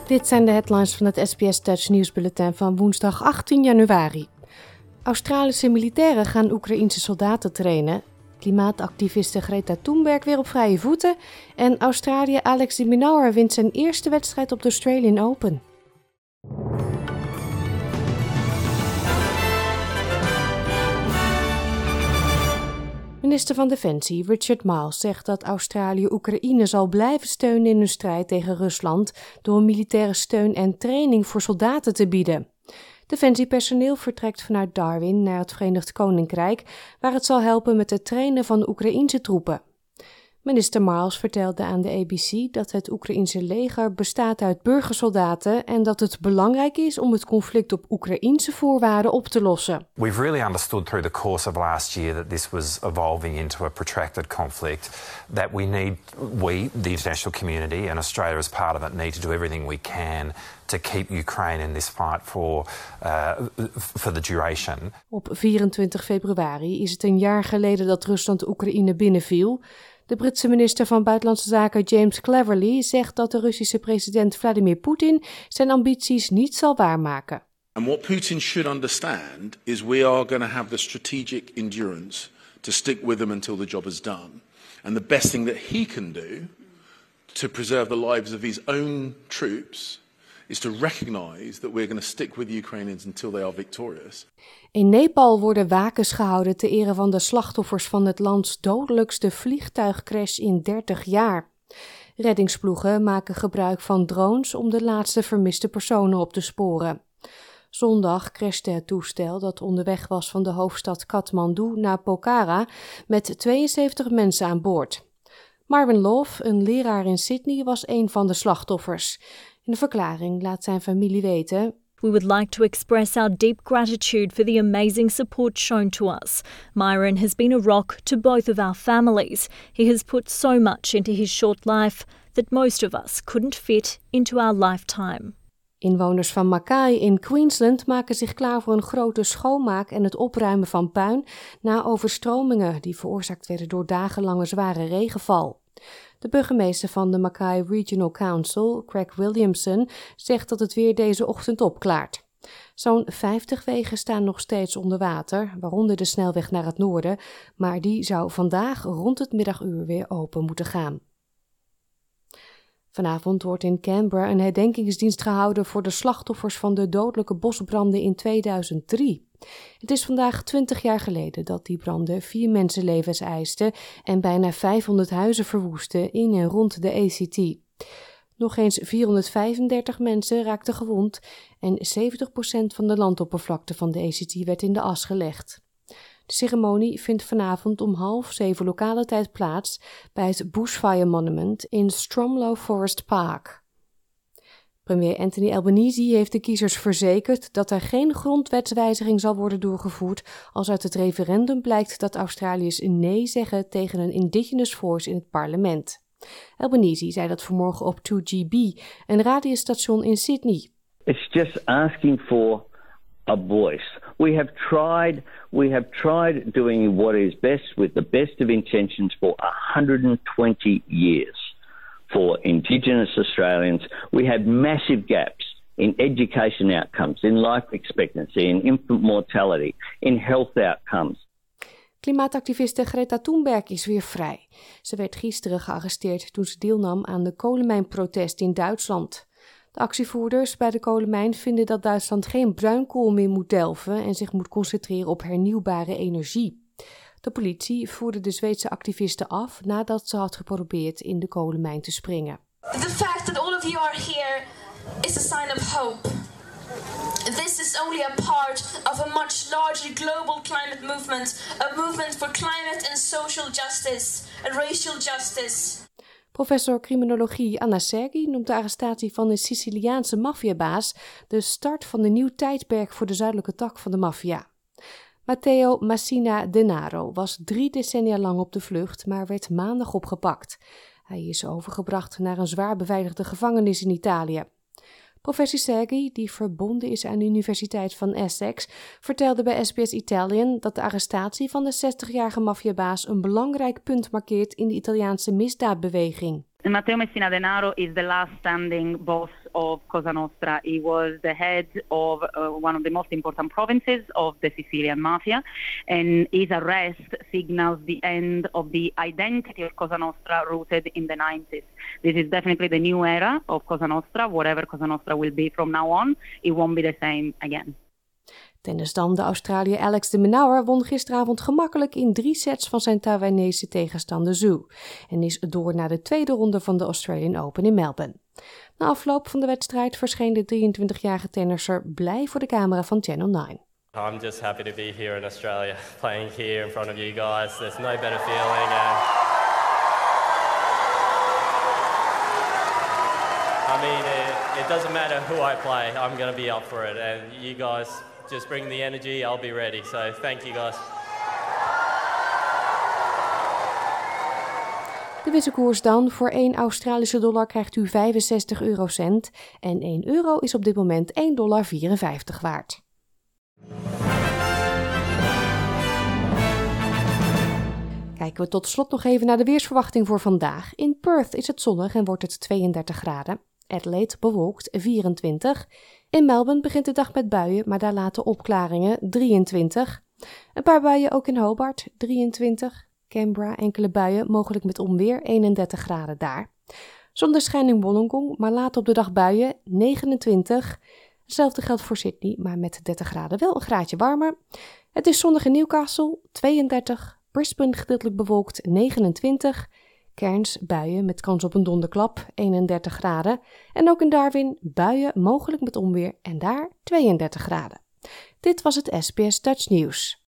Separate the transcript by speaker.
Speaker 1: Dit zijn de headlines van het SBS Dutch nieuwsbulletin van woensdag 18 januari. Australische militairen gaan Oekraïense soldaten trainen. Klimaatactiviste Greta Thunberg weer op vrije voeten. En Australiër Alex de Minaur wint zijn eerste wedstrijd op de Australian Open. Minister van Defensie Richard Marles zegt dat Australië Oekraïne zal blijven steunen in hun strijd tegen Rusland door militaire steun en training voor soldaten te bieden. Defensiepersoneel vertrekt vanuit Darwin naar het Verenigd Koninkrijk, waar het zal helpen met het trainen van Oekraïense troepen. Minister Marles vertelde aan de ABC dat het Oekraïense leger bestaat uit burgersoldaten en dat het belangrijk is om het conflict op Oekraïense voorwaarden op te lossen.
Speaker 2: We've really understood through the course of last year that this was evolving into a protracted conflict, that we, the international community and Australia as part of it, need to do everything we can to keep Ukraine in this fight for the duration.
Speaker 1: Op 24 februari is het een jaar geleden dat Rusland Oekraïne binnenviel. De Britse minister van Buitenlandse Zaken James Cleverly zegt dat de Russische president Vladimir Poetin zijn ambities niet zal waarmaken.
Speaker 3: And what Putin should understand is we are going to have the strategic endurance to stick with them until the job is done. And the best thing that he can do to preserve the lives of his own troops is to recognize that we're going to stick with the Ukrainians until they are victorious.
Speaker 1: In Nepal worden wakens gehouden ter ere van de slachtoffers van het lands dodelijkste vliegtuigcrash in 30 jaar. Reddingsploegen maken gebruik van drones om de laatste vermiste personen op te sporen. Zondag crashte het toestel dat onderweg was van de hoofdstad Kathmandu naar Pokhara met 72 mensen aan boord. Marvin Love, een leraar in Sydney, was een van de slachtoffers. In een verklaring laat zijn familie weten:
Speaker 4: We would like to express our deep gratitude for the amazing support shown to us. Myron has been a rock to both of our families. He has put so much into his short life that most of us couldn't fit into our lifetime.
Speaker 1: Inwoners van Mackay in Queensland maken zich klaar voor een grote schoonmaak en het opruimen van puin na overstromingen die veroorzaakt werden door dagenlange zware regenval. De burgemeester van de Mackay Regional Council, Craig Williamson, zegt dat het weer deze ochtend opklaart. Zo'n 50 wegen staan nog steeds onder water, waaronder de snelweg naar het noorden, maar die zou vandaag rond het middaguur weer open moeten gaan. Vanavond wordt in Canberra een herdenkingsdienst gehouden voor de slachtoffers van de dodelijke bosbranden in 2003. Het is vandaag 20 jaar geleden dat die branden 4 mensenlevens eisten en bijna 500 huizen verwoesten in en rond de ACT. Nog eens 435 mensen raakten gewond en 70% van de landoppervlakte van de ACT werd in de as gelegd. De ceremonie vindt vanavond om 6:30 lokale tijd plaats bij het Bushfire Monument in Stromlo Forest Park. Premier Anthony Albanese heeft de kiezers verzekerd dat er geen grondwetswijziging zal worden doorgevoerd als uit het referendum blijkt dat Australiërs nee zeggen tegen een Indigenous Voice in het parlement. Albanese zei dat vanmorgen op 2GB, een radiostation in Sydney.
Speaker 5: It's just asking for a voice. We have tried doing what is best with the best of intentions for 120 years. For Indigenous Australians, we have massive gaps in education outcomes, in life expectancy, in infant mortality, in health outcomes.
Speaker 1: Klimaatactiviste Greta Thunberg is weer vrij. Ze werd gisteren gearresteerd toen ze deelnam aan de kolenmijnprotest in Duitsland. De actievoerders bij de kolenmijn vinden dat Duitsland geen bruinkool meer moet delven en zich moet concentreren op hernieuwbare energie. De politie voerde de Zweedse activisten af nadat ze had geprobeerd in de kolenmijn te springen.
Speaker 6: The fact that all of you are here is a sign of hope. This is only a part of a much larger global climate movement, a movement for climate and social justice and racial justice.
Speaker 1: Professor criminologie Anna Sergi noemt de arrestatie van een Siciliaanse maffiabaas de start van een nieuw tijdperk voor de zuidelijke tak van de maffia. Matteo Messina Denaro was 3 decennia lang op de vlucht, maar werd maandag opgepakt. Hij is overgebracht naar een zwaar beveiligde gevangenis in Italië. Professor Sergi, die verbonden is aan de Universiteit van Essex, vertelde bij SBS Italian dat de arrestatie van de 60-jarige maffiabaas een belangrijk punt markeert in de Italiaanse misdaadbeweging.
Speaker 7: Matteo Messina Denaro is the last standing boss of Cosa Nostra. He was the head of one of the most important provinces of the Sicilian mafia, and his arrest signals the end of the identity of Cosa Nostra rooted in the 90s. This is definitely the new era of Cosa Nostra. Whatever Cosa Nostra will be from now on, it won't be the same again.
Speaker 1: Tennisdam de Australiër Alex de Minaur won gisteravond gemakkelijk in 3 sets van zijn Taiwanese tegenstander Zhu en is door naar de tweede ronde van de Australian Open in Melbourne. Na afloop van de wedstrijd verscheen de 23-jarige tennisser blij voor de camera van Channel 9.
Speaker 8: I'm just happy to be here in Australia, playing here in front of you guys. There's no better feeling. I mean, it doesn't matter who I play, I'm going to be up for it. And you guys just bring the energy, I'll be ready. So thank you guys.
Speaker 1: De wisselkoers dan. Voor 1 Australische dollar krijgt u 65 eurocent en 1 euro is op dit moment $1,54 waard. Kijken we tot slot nog even naar de weersverwachting voor vandaag. In Perth is het zonnig en wordt het 32 graden. Adelaide bewolkt 24. In Melbourne begint de dag met buien, maar daar later opklaringen 23. Een paar buien ook in Hobart 23. Canberra enkele buien, mogelijk met onweer 31 graden daar. Zonneschijn in Wollongong, maar later op de dag buien 29. Hetzelfde geldt voor Sydney, maar met 30 graden wel een graadje warmer. Het is zonnig in Newcastle 32. Brisbane gedeeltelijk bewolkt 29. Cairns buien met kans op een donderklap 31 graden. En ook in Darwin buien mogelijk met onweer en daar 32 graden. Dit was het SBS Dutch News.